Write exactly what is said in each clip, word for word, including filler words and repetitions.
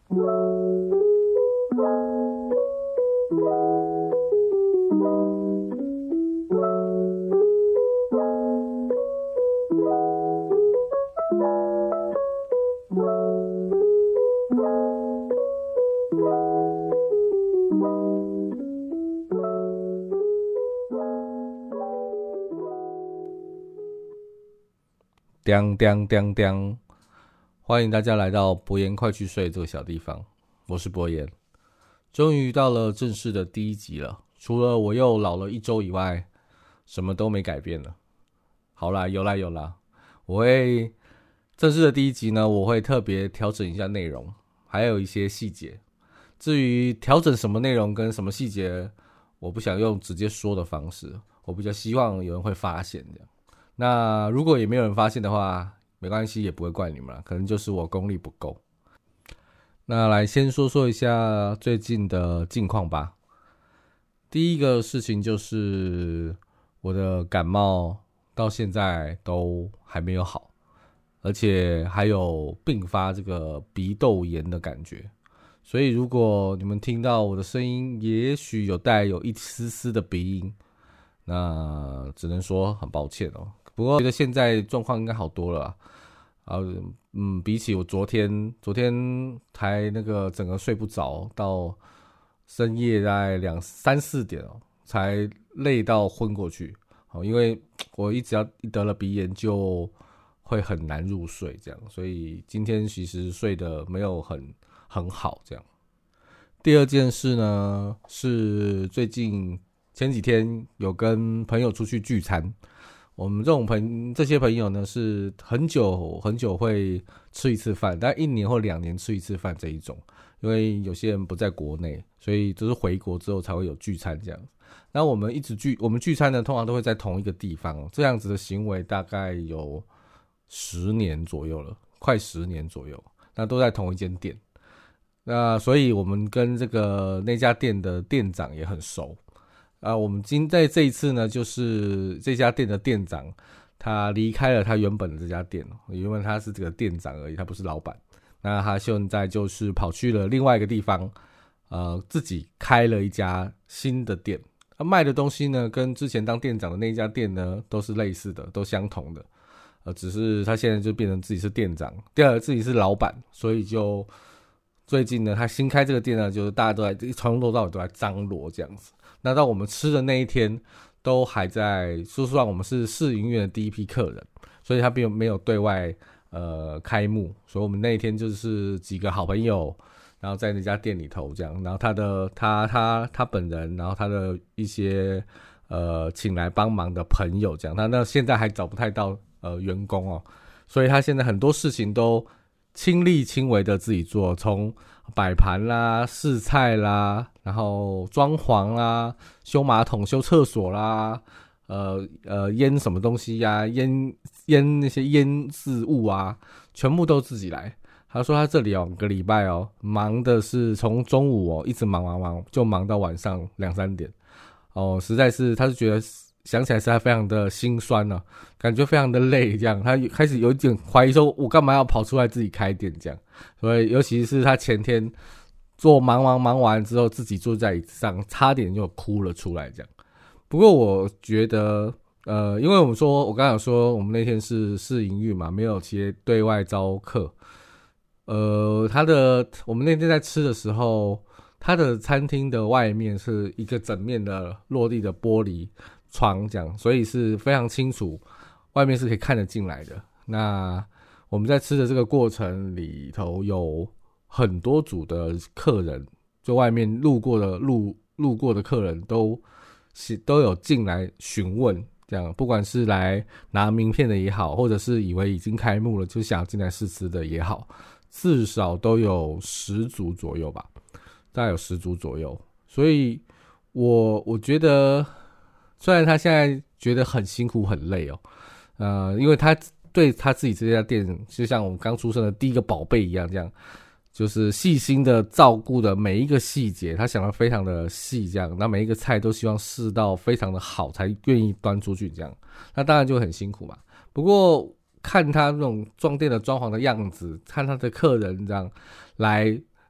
叮叮叮叮，欢迎大家来到博言快去睡这个小地方，我是博言。终于到了正式的第一集了，除了我又老了一周以外，什么都没改变了。好啦，有啦有啦，我会正式的第一集呢，我会特别调整一下内容，还有一些细节。至于调整什么内容跟什么细节，我不想用直接说的方式，我比较希望有人会发现这样。那如果也没有人发现的话，没关系，也不会怪你们啦，可能就是我功力不够。那来先说说一下最近的近况吧。第一个事情就是我的感冒到现在都还没有好，而且还有并发这个鼻窦炎的感觉。所以如果你们听到我的声音也许有带有一丝丝的鼻音，那只能说很抱歉哦。不过觉得现在状况应该好多了啊，嗯，比起我昨天，昨天才那个整个睡不着，到深夜大概两三四点哦，才累到昏过去。好，因为我一只要一得了鼻炎就会很难入睡，这样，所以今天其实睡得没有很很好，这样。第二件事呢，是最近前几天有跟朋友出去聚餐。我们这种朋这些朋友呢，是很久很久会吃一次饭，大概一年或两年吃一次饭这一种。因为有些人不在国内，所以就是回国之后才会有聚餐这样。那我们一直聚，我们聚餐呢，通常都会在同一个地方。这样子的行为大概有十年左右了，快十年左右。那都在同一间店。那所以我们跟这个那家店的店长也很熟。啊，我们今在这一次呢，就是这家店的店长，他离开了他原本的这家店，因为他是这个店长而已，他不是老板。那他现在就是跑去了另外一个地方，呃，自己开了一家新的店。他卖的东西呢，跟之前当店长的那一家店呢，都是类似的，都相同的。呃，只是他现在就变成自己是店长，第二自己是老板，所以就最近呢，他新开这个店呢，就是大家都在从头到尾都在张罗这样子。那到我们吃的那一天，都还在，说实话，我们是试营运的第一批客人，所以他并没有对外呃开幕，所以我们那一天就是几个好朋友，然后在那家店里头这样，然后他的他他他本人，然后他的一些呃请来帮忙的朋友这样，他那现在还找不太到呃员工哦，所以他现在很多事情都亲力亲为的自己做，从摆盘啦、试菜啦，然后装潢啦、修马桶、修厕所啦，呃呃腌什么东西呀、啊，腌腌那些腌制物啊，全部都自己来。他说他这里哦，个礼拜哦，忙的是从中午哦一直忙忙忙，就忙到晚上两三点哦，实在是他是觉得。想起来实在非常的心酸呢、啊，感觉非常的累，这样他开始有点怀疑说，我干嘛要跑出来自己开店这样？所以尤其是他前天做忙忙忙完之后，自己坐在椅子上，差点就哭了出来这样。不过我觉得，呃，因为我们说，我刚才有说，我们那天是试营运嘛，没有接对外招客。呃，他的我们那天在吃的时候，他的餐厅的外面是一个整面的落地的玻璃窗这样，所以是非常清楚，外面是可以看得进来的。那我们在吃的这个过程里头，有很多组的客人，就外面路过的路路过的客人都都有进来询问，这样不管是来拿名片的也好，或者是以为已经开幕了就想进来试吃的也好，至少都有十组左右吧，大概有十组左右。所以我我觉得。虽然他现在觉得很辛苦很累哦，呃，因为他对他自己这家店就像我们刚出生的第一个宝贝一样，这样就是细心的照顾的每一个细节，他想得非常的细，这样，那每一个菜都希望试到非常的好才愿意端出去，这样，那当然就很辛苦嘛。不过看他那种装店的装潢的样子，看他的客人这样来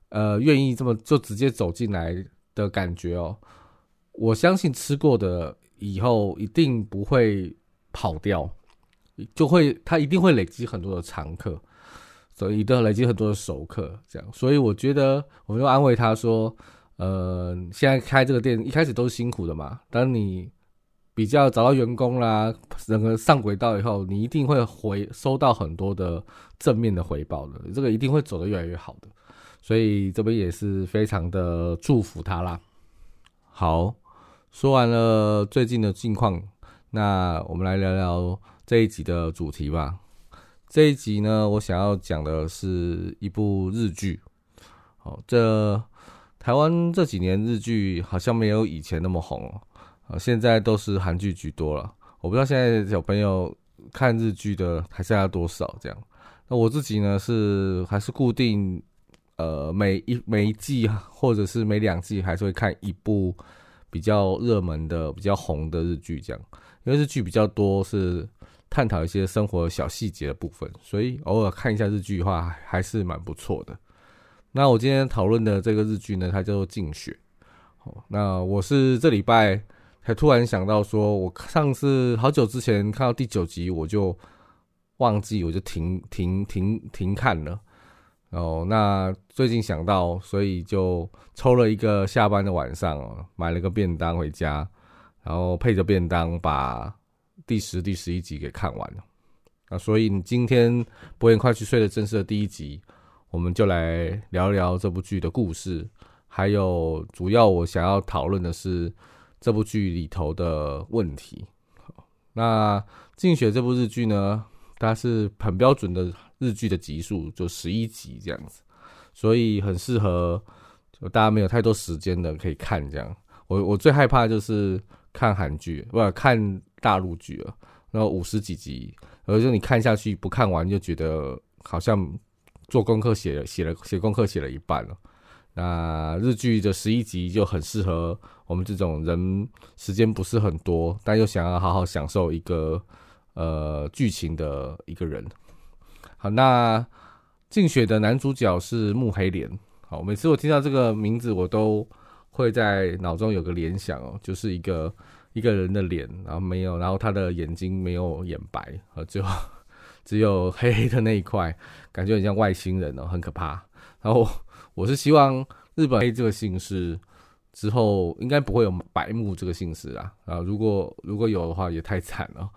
呃愿意这么就直接走进来的感觉哦，我相信吃过的以后一定不会跑掉，就会他一定会累积很多的常客，所以一定要累积很多的熟客，这样。所以我觉得我们就安慰他说，呃，现在开这个店一开始都是辛苦的嘛，当你比较找到员工啦，整个上轨道以后，你一定会回收到很多的正面的回报的，这个一定会走得越来越好的。所以这边也是非常的祝福他啦。好，说完了最近的近况，那我们来聊聊这一集的主题吧。这一集呢，我想要讲的是一部日剧。好，这台湾这几年日剧好像没有以前那么红哦。现在都是韩剧居多了，我不知道现在小朋友看日剧的还剩下多少这样。那我自己呢是还是固定，呃每一每一季或者是每两季还是会看一部比较热门的、比较红的日剧这样，因为日剧比较多是探讨一些生活小细节的部分，所以偶尔看一下日剧的话还是蛮不错的。那我今天讨论的这个日剧呢，它叫做《静雪》。那我是这礼拜才突然想到说，我上次好久之前看到第九集，我就忘记，我就停停停停看了。哦，那最近想到，所以就抽了一个下班的晚上哦，买了个便当回家，然后配着便当把第十、第十一集给看完了。那所以今天博言快去睡的正式的第一集，我们就来聊聊这部剧的故事，还有主要我想要讨论的是这部剧里头的问题。那《静雪》这部日剧呢，它是很标准的日剧的集数，就十一集这样子，所以很适合就大家没有太多时间的可以看这样。我我最害怕就是看韩剧，不看大陆剧了，然后五十几集，而且你看下去不看完就觉得好像做功课写了写了写功课写了一半了。那日剧的十一集就很适合我们这种人时间不是很多，但又想要好好享受一个呃剧情的一个人。好，那静雪的男主角是木黑莲。好，每次我听到这个名字，我都会在脑中有个联想哦，就是一个一个人的脸，然后没有，然后他的眼睛没有眼白，只有只有黑黑的那一块，感觉很像外星人哦，很可怕。然后我是希望日本黑这个姓氏之后应该不会有白木这个姓氏啊，啊，如果如果有的话也太惨了。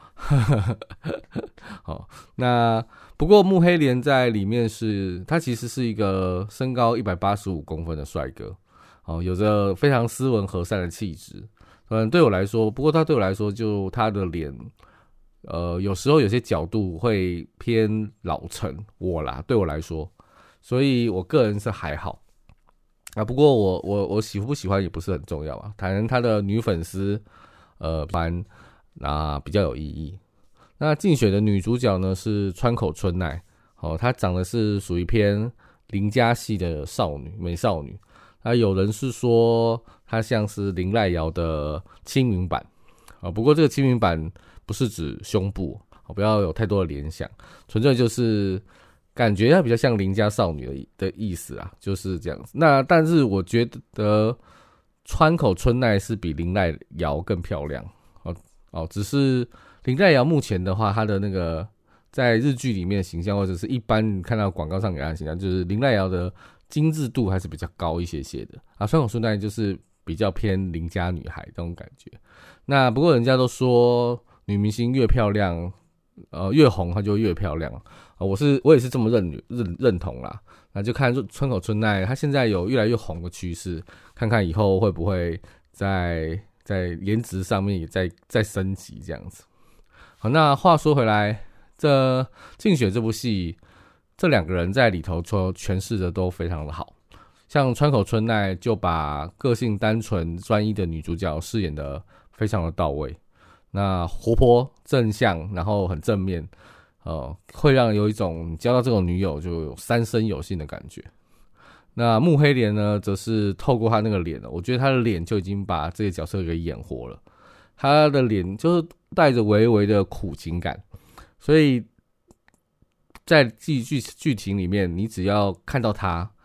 好，那不过木黑莲在里面是他其实是一个身高一百八十五公分的帅哥，哦，有着非常斯文和善的气质。嗯，对我来说，不过他对我来说，就他的脸，呃，有时候有些角度会偏老成，我啦，对我来说。所以我个人是还好啊，不过我我我喜不喜欢也不是很重要啊，谈他的女粉丝呃班那比较有意义。那静雪的女主角呢是川口春奈，哦，她长得是属于偏邻家系的少女美少女，那有人是说她像是林濑遥的亲民版啊，不过这个亲民版不是指胸部，不要有太多的联想，纯粹就是感觉它比较像邻家少女的意思啊，就是这样子。那但是我觉得川口春奈是比林濑遥更漂亮哦哦，只是林濑遥目前的话，她的那个在日剧里面的形象，或者是一般你看到广告上给她的形象，就是林濑遥的精致度还是比较高一些些的啊。川口春奈就是比较偏邻家女孩这种感觉。那不过人家都说女明星越漂亮，呃，越红她就越漂亮。我是我也是这么 认, 认认同啦，那就看川口春奈，她现在有越来越红的趋势，看看以后会不会在在颜值上面也再再升级这样子。好，那话说回来，这静雪这部戏，这两个人在里头说诠释的都非常的好，像川口春奈就把个性单纯专一的女主角饰演的非常的到位，那活泼正向，然后很正面。呃，会让有一种交到这种女友就有三生有幸的感觉。那木黑莲呢，则是透过他那个脸，我觉得他的脸就已经把这个角色给演活了。他的脸就是带着微微的苦情感，所以在剧剧剧情里面，你只要看到他，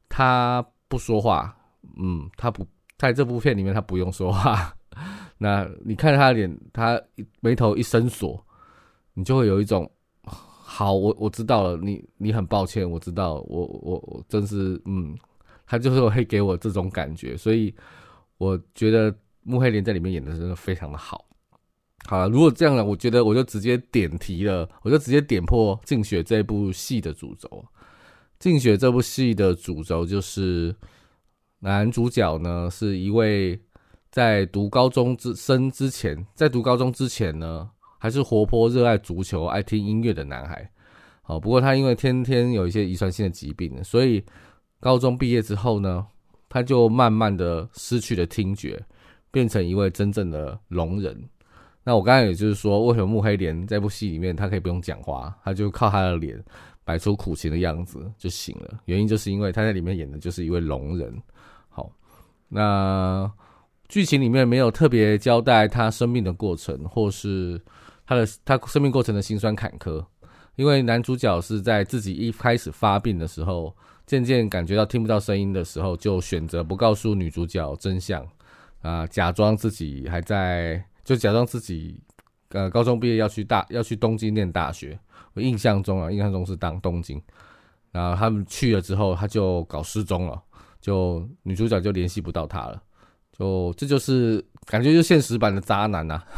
他不说话，嗯，他不在这部片里面他不用说话。那你看他的脸，他眉头一深锁，你就会有一种好，我我知道了，你你很抱歉，我知道，我我我真是嗯，他就是会给我这种感觉，所以我觉得穆黑莲在里面演的真的非常的好。好了，如果这样呢，我觉得我就直接点题了，我就直接点破《静雪》这部戏的主轴。《静雪》这部戏的主轴就是男主角呢是一位在读高中之生之前，在读高中之前呢，还是活泼热爱足球、爱听音乐的男孩。好，不过他因为天天有一些遗传性的疾病，所以高中毕业之后呢，他就慢慢的失去了听觉，变成一位真正的聋人。那我刚才也就是说，为什么穆黑莲在部戏里面他可以不用讲话，他就靠他的脸摆出苦情的样子就行了？原因就是因为他在里面演的就是一位聋人。好，那剧情里面没有特别交代他生命的过程，或是他的他生命过程的辛酸坎坷，因为男主角是在自己一开始发病的时候，渐渐感觉到听不到声音的时候，就选择不告诉女主角真相，啊、呃，假装自己还在，就假装自己呃高中毕业要去大要去东京念大学。我印象中啊，印象中是当东京，然后他们去了之后，他就搞失踪了，就女主角就联系不到他了。就这就是感觉就现实版的渣男啊。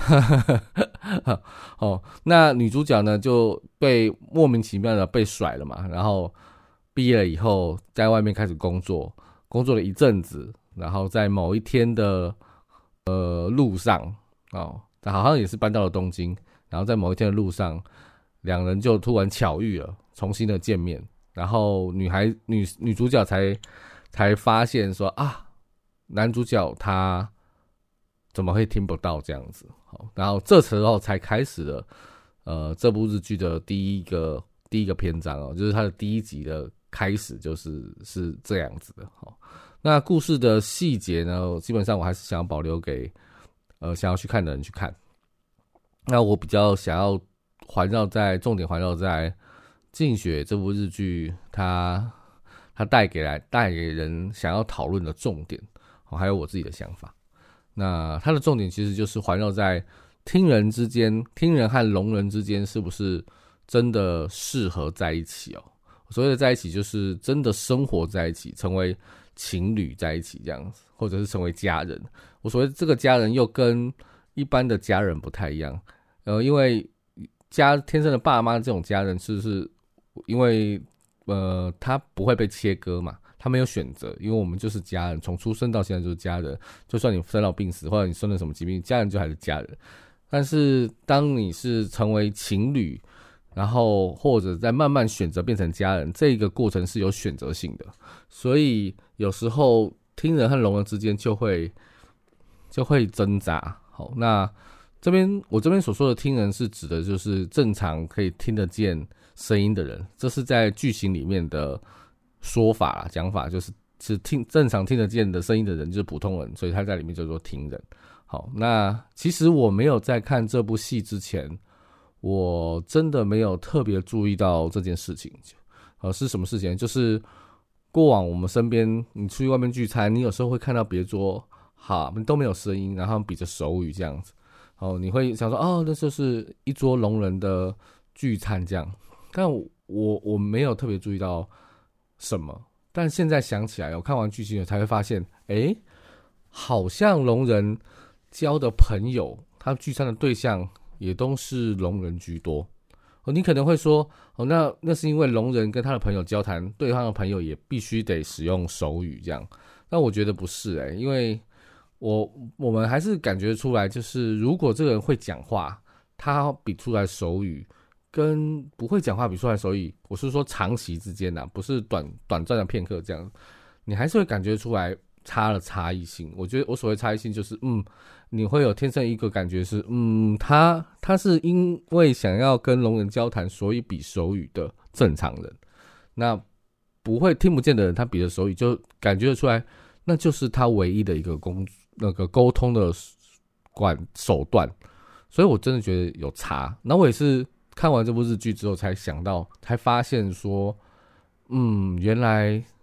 哦，那女主角呢就被莫名其妙的被甩了嘛，然后毕业了以后在外面开始工作，工作了一阵子，然后在某一天的呃路上哦，好像也是搬到了东京，然后在某一天的路上，两人就突然巧遇了，重新的见面，然后女孩女女主角才才发现说啊。男主角他怎么会听不到这样子？好，然后这时候才开始了，呃，这部日剧的第一个第一个篇章哦，就是它的第一集的开始，就是是这样子的。好，那故事的细节呢，基本上我还是想要保留给呃想要去看的人去看。那我比较想要环绕在重点环绕在《静雪》这部日剧，它它带给来带给人想要讨论的重点。还有我自己的想法，那它的重点其实就是环绕在听人之间，听人和聋人之间是不是真的适合在一起哦？所谓的在一起，就是真的生活在一起，成为情侣在一起这样子，或者是成为家人。我所谓这个家人又跟一般的家人不太一样，呃，因为家天生的爸妈这种家人，是不是因为呃他不会被切割嘛？他没有选择，因为我们就是家人，从出生到现在就是家人。就算你生老病死，或者你生了什么疾病，家人就还是家人。但是当你是成为情侣，然后或者在慢慢选择变成家人，这个过程是有选择性的。所以有时候听人和聋人之间就会就会挣扎。好，那这边我这边所说的听人是指的就是正常可以听得见声音的人，这是在剧情里面的说法啦，讲法就是是听正常听得见的声音的人就是普通人，所以他在里面叫做听人。好，那其实我没有在看这部戏之前，我真的没有特别注意到这件事情。呃，是什么事情？就是过往我们身边，你出去外面聚餐，你有时候会看到别桌哈都没有声音，然后比着手语这样子。哦，你会想说哦，那就是一桌聋人的聚餐这样。但我我我没有特别注意到什么，但现在想起来，我看完剧情才会发现，诶，好像聋人交的朋友，他聚餐的对象也都是聋人居多。哦，你可能会说，哦，那那是因为聋人跟他的朋友交谈，对方的朋友也必须得使用手语这样。但我觉得不是诶，因为我我们还是感觉出来，就是如果这个人会讲话，他比出来手语。跟不会讲话比出来手语，我是说长期之间啊，不是短短暂的片刻这样，你还是会感觉出来差了差异性。我觉得我所谓差异性就是，嗯，你会有天生一个感觉是，嗯，他他是因为想要跟聋人交谈，所以比手语的正常人。那不会听不见的人，他比的手语就感觉得出来，那就是他唯一的一个工那个沟通的管手段。所以我真的觉得有差。那我也是。看完这部日剧之后才想到，才发现说，嗯，原来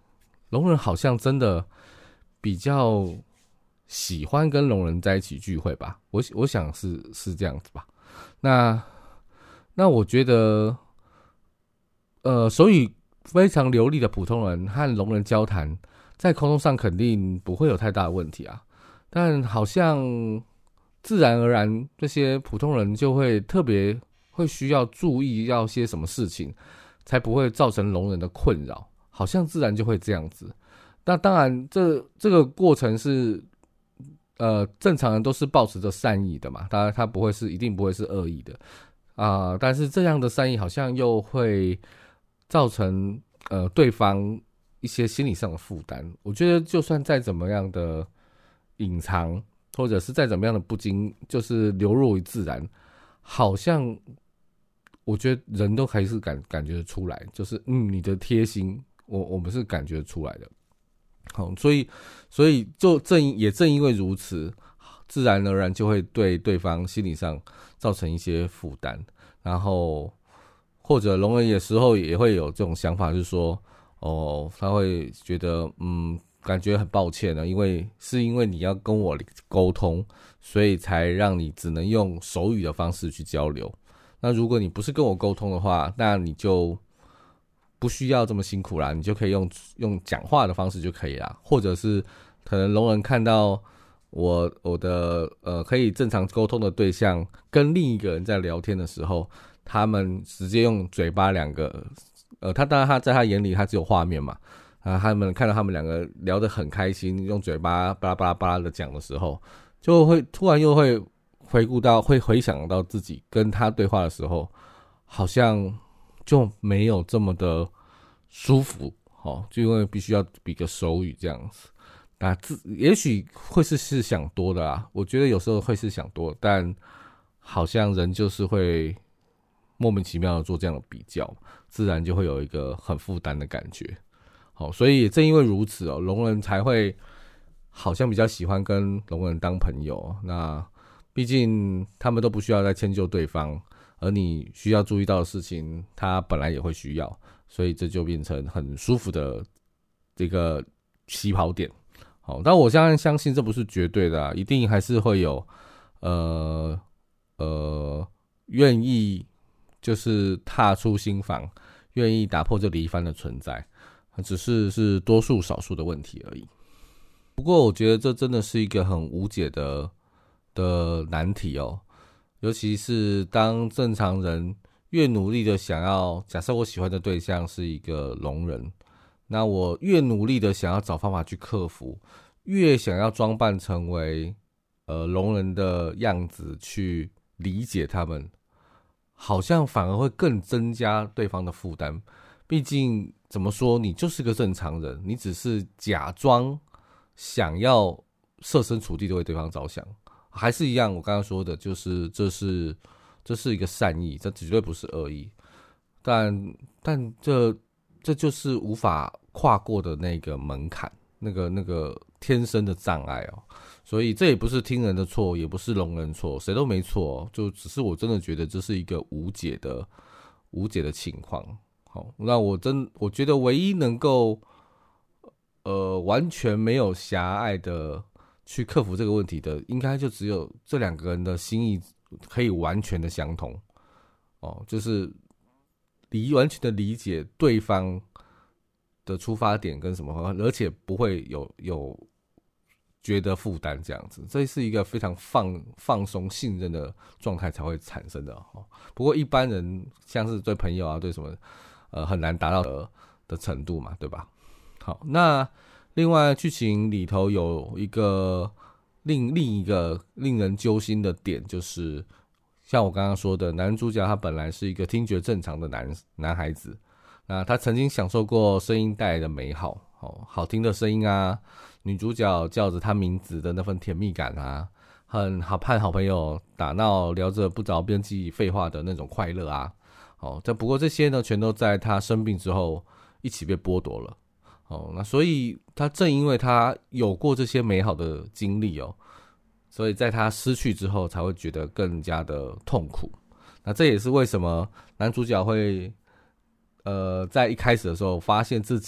聋人好像真的比较喜欢跟聋人在一起聚会吧，我我想是是这样子吧。那那我觉得，呃，手语非常流利的普通人和聋人交谈，在沟通上肯定不会有太大的问题啊。但好像自然而然，这些普通人就会特别会需要注意要些什么事情，才不会造成聋人的困扰。好像自然就会这样子。那当然这，这这个过程是，呃，正常人都是抱持着善意的嘛，当然他不会是一定不会是恶意的啊、呃。但是这样的善意好像又会造成呃对方一些心理上的负担。我觉得就算再怎么样的隐藏，或者是再怎么样的不经，就是流入于自然，好像我觉得人都还是感感觉得出来，就是嗯，你的贴心，我我们是感觉得出来的。好，所以所以就正也正因为如此，自然而然就会对对方心理上造成一些负担，然后或者聋人有时候也会有这种想法，就是说，哦，他会觉得嗯，感觉很抱歉呢，因为是因为你要跟我沟通，所以才让你只能用手语的方式去交流。那如果你不是跟我沟通的话，那你就不需要这么辛苦啦，你就可以用用讲话的方式就可以啦，或者是可能聋人看到我我的呃可以正常沟通的对象跟另一个人在聊天的时候，他们直接用嘴巴两个呃，他当然他在他眼里他只有画面嘛，啊，他们看到他们两个聊得很开心，用嘴巴巴拉巴拉巴拉的讲的时候，就会突然又会回顾到会回想到自己跟他对话的时候，好像就没有这么的舒服，哦，就因为必须要比个手语这样子。那自也许会是是想多的啊，我觉得有时候会是想多，但好像人就是会莫名其妙的做这样的比较，自然就会有一个很负担的感觉。好，所以正因为如此哦，聋人才会好像比较喜欢跟聋人当朋友。那毕竟他们都不需要再迁就对方，而你需要注意到的事情，他本来也会需要，所以这就变成很舒服的这个起跑点。好，但我相信相信这不是绝对的啊，一定还是会有呃呃愿意就是踏出心房，愿意打破这篱笆的存在，只是是多数少数的问题而已。不过我觉得这真的是一个很无解的的难题哦，尤其是当正常人越努力的想要，假设我喜欢的对象是一个聋人，那我越努力的想要找方法去克服，越想要装扮成为呃聋人的样子去理解他们，好像反而会更增加对方的负担。毕竟怎么说，你就是个正常人，你只是假装想要设身处地的为对方着想，还是一样我刚刚说的，就是这是这是一个善意，这绝对不是恶意，但但这这就是无法跨过的那个门槛，那个那个天生的障碍哦。所以这也不是听人的错，也不是聋人错，谁都没错，就只是我真的觉得这是一个无解的无解的情况。好，那我真我觉得唯一能够呃完全没有狭隘的去克服这个问题的，应该就只有这两个人的心意可以完全的相同哦，就是理完全的理解对方的出发点跟什么，而且不会有有觉得负担这样子，这是一个非常放放松信任的状态才会产生的哦。不过一般人像是对朋友啊，对什么呃很难达到 的, 的程度嘛，对吧？好，那另外剧情里头有一个另另一个令人揪心的点，就是像我刚刚说的，男主角他本来是一个听觉正常的男男孩子，那他曾经享受过声音带来的美好，哦，好听的声音啊，女主角叫着他名字的那份甜蜜感啊，很好和好朋友打闹聊着不着边际废话的那种快乐啊，哦，但不过这些呢，全都在他生病之后一起被剥夺了。哦，那所以他正因为他有过这些美好的经历哦，所以在他失去之后才会觉得更加的痛苦。那这也是为什么男主角会呃在一开始的时候发现自己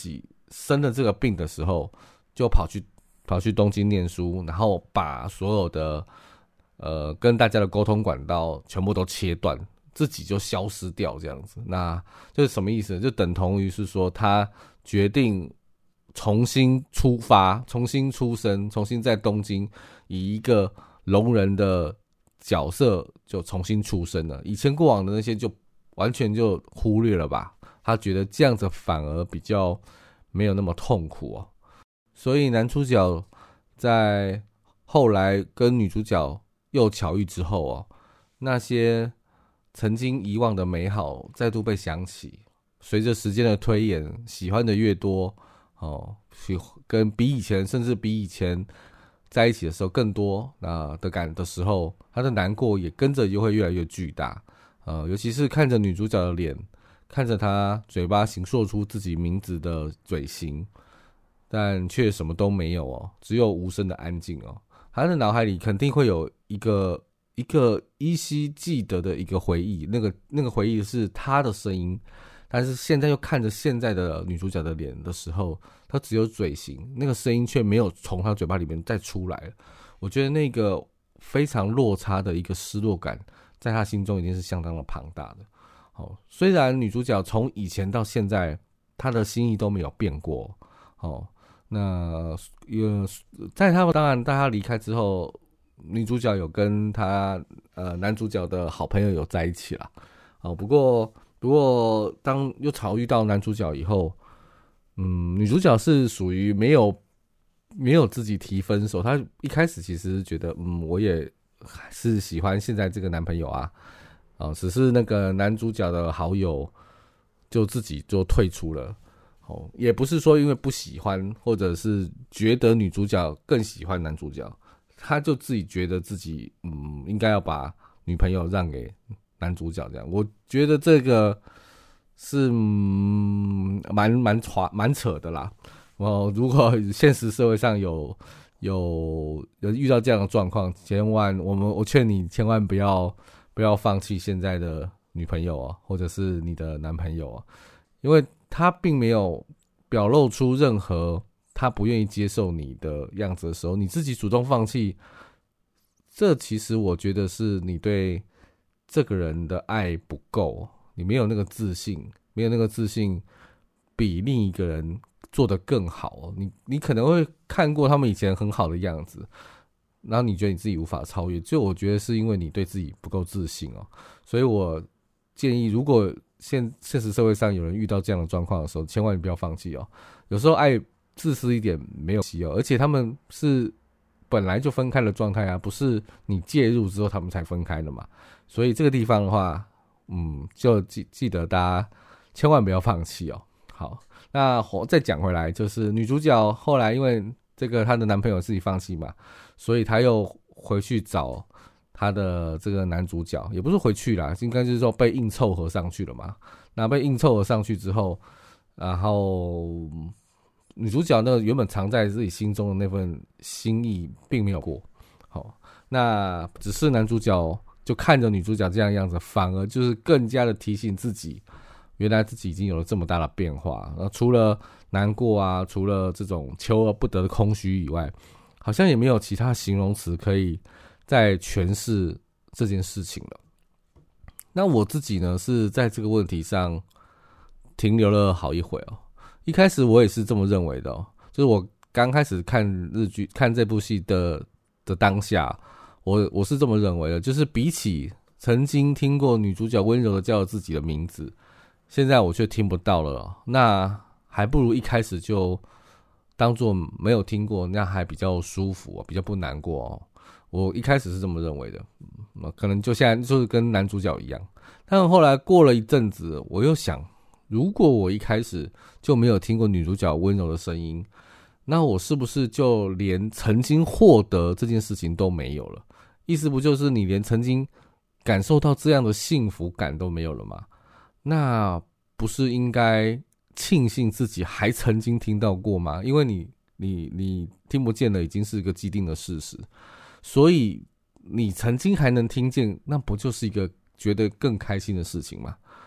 生了这个病的时候，就跑去跑去东京念书，然后把所有的呃跟大家的沟通管道全部都切断，自己就消失掉这样子。那就是什么意思呢？就等同于是说他决定重新出发，重新出生，重新在东京以一个聋人的角色就重新出生了。以前过往的那些就完全就忽略了吧，他觉得这样子反而比较没有那么痛苦哦。所以男主角在后来跟女主角又巧遇之后哦，那些曾经遗忘的美好再度被想起。随着时间的推演，喜欢的越多哦，跟比以前甚至比以前在一起的时候更多那的感的时候，他的难过也跟着就会越来越巨大。呃，尤其是看着女主角的脸，看着她嘴巴形塑出自己名字的嘴型，但却什么都没有哦，只有无声的安静哦。他的脑海里肯定会有一个一个依稀记得的一个回忆，那个那个回忆是他的声音，但是现在又看着现在的女主角的脸的时候，他只有嘴型，那个声音却没有从他嘴巴里面再出来。我觉得那个非常落差的一个失落感，在他心中已经是相当的庞大的。哦，虽然女主角从以前到现在，她的心意都没有变过。哦，那呃，在他们当然，在他离开之后，女主角有跟他呃男主角的好朋友有在一起啦。哦，不过不过当又巧遇到男主角以后，嗯，女主角是属于没有没有自己提分手，她一开始其实觉得，嗯，我也是喜欢现在这个男朋友啊，哦，只是那个男主角的好友就自己就退出了。哦，也不是说因为不喜欢，或者是觉得女主角更喜欢男主角，他就自己觉得自己嗯应该要把女朋友让给男主角这样。我觉得这个是嗯蛮蛮扯蛮扯的啦。哦，如果现实社会上有有有遇到这样的状况，千万我们我劝你千万不要不要放弃现在的女朋友哦，或者是你的男朋友哦，因为他并没有表露出任何他不愿意接受你的样子的时候，你自己主动放弃，这其实我觉得是你对这个人的爱不够，你没有那个自信，没有那个自信比另一个人做得更好。你你可能会看过他们以前很好的样子，然后你觉得你自己无法超越，就我觉得是因为你对自己不够自信哦。所以我建议，如果现现实社会上有人遇到这样的状况的时候，千万不要放弃哦。有时候爱自私一点没有希望，而且他们是本来就分开的状态啊，不是你介入之后他们才分开的嘛。所以这个地方的话，嗯，就记记得大家千万不要放弃哦。好，那再讲回来，就是女主角后来因为这个她的男朋友自己放弃嘛，所以她又回去找他的这个男主角，也不是回去啦，应该就是说被硬凑合上去了嘛。那被硬凑合上去之后，然后女主角那个原本藏在自己心中的那份心意并没有过。好，那只是男主角就看着女主角这样的样子，反而就是更加的提醒自己，原来自己已经有了这么大的变化。除了难过啊，除了这种求而不得的空虚以外，好像也没有其他形容词可以在诠释这件事情了。那我自己呢，是在这个问题上停留了好一会哦。一开始我也是这么认为的哦，就是我刚开始看日剧、看这部戏的的当下，我我是这么认为的，就是比起曾经听过女主角温柔的叫自己的名字，现在我却听不到了哦，那还不如一开始就当作没有听过，那还比较舒服哦，比较不难过哦。我一开始是这么认为的，嗯，可能就现在就是跟男主角一样。但后来过了一阵子，我又想，如果我一开始就没有听过女主角温柔的声音，那我是不是就连曾经获得这件事情都没有了？意思不就是你连曾经感受到这样的幸福感都没有了吗？那不是应该庆幸自己还曾经听到过吗？因为你你你听不见的已经是一个既定的事实。所以你曾经还能听见，那不就是一个觉得更开心的事情吗？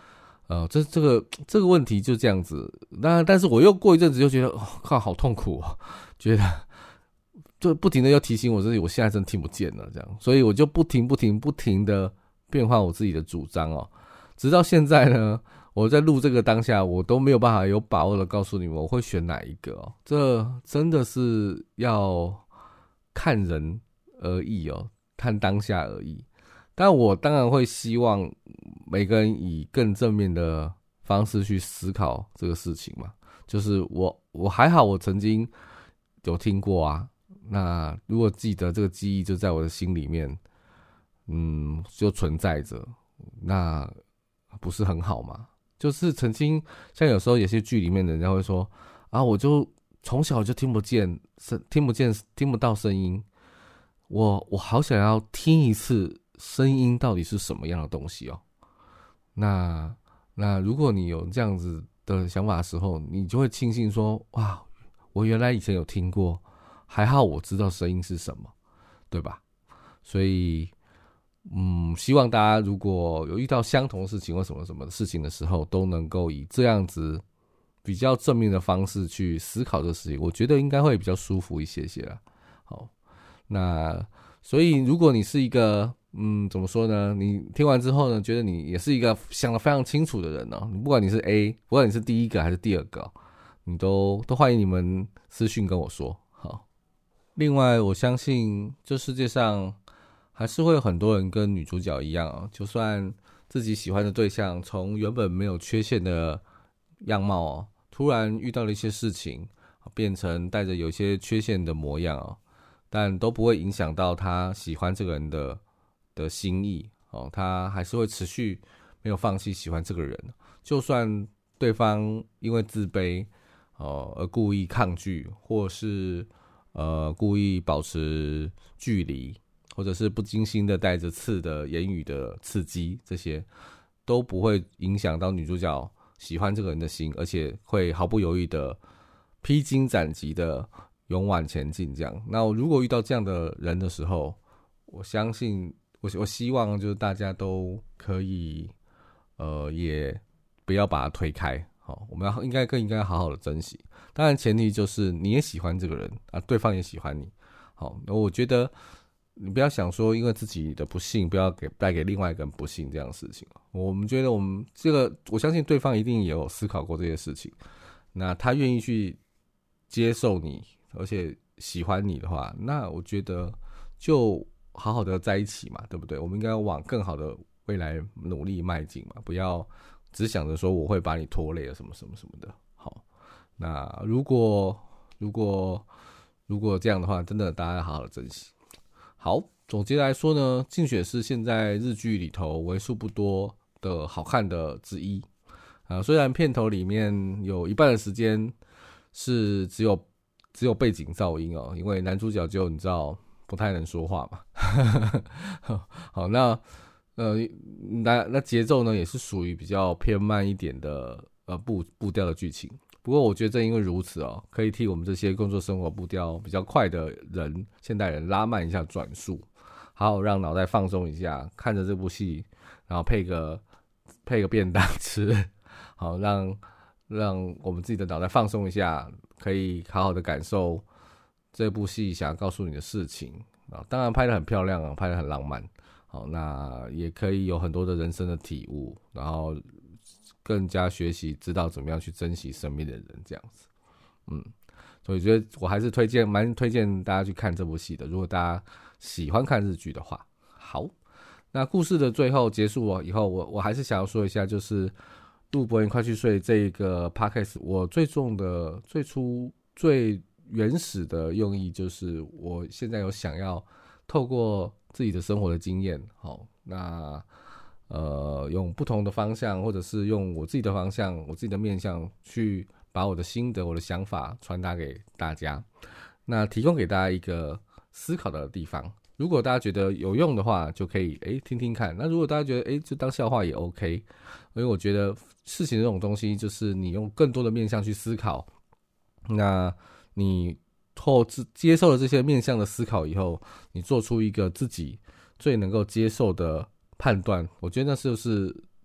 呃，这这个这个问题就这样子。那但是我又过一阵子就觉得，哦，靠，好痛苦哦，觉得就不停的要提醒我自己，我现在真听不见了，这样，所以我就不停不停不停的变换我自己的主张哦，直到现在呢，我在录这个当下，我都没有办法有把握的告诉你们我会选哪一个哦，这真的是要看人而异哦，看当下而已。但我当然会希望每个人以更正面的方式去思考这个事情嘛，就是我我还好，我曾经有听过啊，那如果记得这个记忆就在我的心里面，嗯，就存在着，那不是很好吗？就是曾经像有时候有些剧里面的人家会说啊，我就从小就听不见听不见听不到声音，我我好想要听一次声音到底是什么样的东西哦。那那如果你有这样子的想法的时候，你就会庆幸说，哇，我原来以前有听过，还好我知道声音是什么，对吧？所以嗯，希望大家如果有遇到相同的事情或什么什么事情的时候，都能够以这样子比较正面的方式去思考这个事情，我觉得应该会比较舒服一些些啦。好，那所以如果你是一个嗯，怎么说呢？你听完之后呢，觉得你也是一个想得非常清楚的人哦。你不管你是 A， 不管你是第一个还是第二个，你都都欢迎你们私讯跟我说。好，另外我相信这世界上还是会有很多人跟女主角一样哦，就算自己喜欢的对象从原本没有缺陷的样貌哦，突然遇到了一些事情，变成带着有些缺陷的模样哦，但都不会影响到他喜欢这个人的的心意哦，他还是会持续没有放弃喜欢这个人，就算对方因为自卑哦而故意抗拒，或是呃故意保持距离，或者是不经心的带着刺的言语的刺激，这些都不会影响到女主角喜欢这个人的心，而且会毫不犹豫的披荆斩棘的勇往前进。这样，那如果遇到这样的人的时候，我相信我我希望就是大家都可以，呃，也不要把它推开。好，我们要应该更应该好好的珍惜。当然，前提就是你也喜欢这个人啊，对方也喜欢你。好，那我觉得你不要想说因为自己的不幸，不要给带给另外一个人不幸这样的事情。我们觉得我们这个，我相信对方一定也有思考过这些事情。那他愿意去接受你，而且喜欢你的话，那我觉得就好好的在一起嘛，对不对？我们应该往更好的未来努力迈进嘛，不要只想着说我会把你拖累了什么什么什么的。好，那如果如果如果这样的话，真的大家要好好的珍惜。好，总结来说呢，《静雪》是现在日剧里头为数不多的好看的之一啊。虽然片头里面有一半的时间是只有只有背景噪音哦，因为男主角就你知道不太能说话嘛。好，那呃那那节奏呢也是属于比较偏慢一点的呃步步调的剧情。不过我觉得正因为如此哦，可以替我们这些工作生活步调比较快的人，现代人拉慢一下转速，好好让脑袋放松一下，看着这部戏，然后配个配个便当吃，好让让我们自己的脑袋放松一下，可以好好的感受这部戏想要告诉你的事情啊。当然拍得很漂亮啊，拍得很浪漫，好，那也可以有很多的人生的体悟，然后更加学习知道怎么样去珍惜身边的人，这样子。嗯，所以觉得我还是推荐蛮推荐大家去看这部戏的，如果大家喜欢看日剧的话。好，那故事的最后结束了以后，我我还是想要说一下，就是录博言快去睡这个 podcast 我最重的最初最原始的用意，就是我现在有想要透过自己的生活的经验，好，那呃，用不同的方向，或者是用我自己的方向、我自己的面向，去把我的心得、我的想法传达给大家，那提供给大家一个思考的地方。如果大家觉得有用的话，就可以诶听听看。那如果大家觉得诶就当笑话也 OK， 因为我觉得事情这种东西，就是你用更多的面向去思考，那你后接受了这些面向的思考以后，你做出一个自己最能够接受的判断，我觉得那就是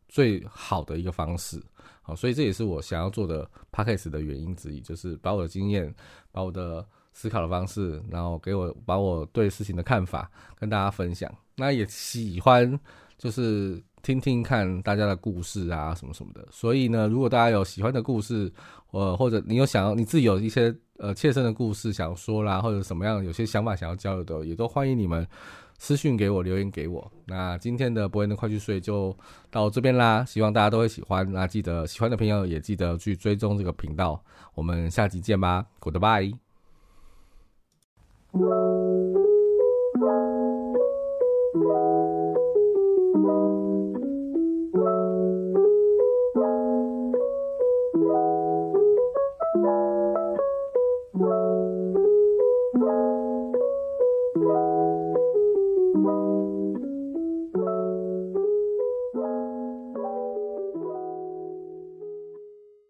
最好的一个方式。好，所以这也是我想要做的 podcast 的原因之一，就是把我的经验，把我的思考的方式，然后给我把我对事情的看法跟大家分享。那也喜欢就是听听看大家的故事啊什么什么的。所以呢，如果大家有喜欢的故事，呃，或者你有想要你自己有一些呃切身的故事想说啦，或者什么样有些想法想要交流的，也都欢迎你们私讯给我，留言给我。那今天的博言的快去睡就到这边啦，希望大家都会喜欢。那记得喜欢的朋友也记得去追踪这个频道，我们下集见吧 ，Goodbye。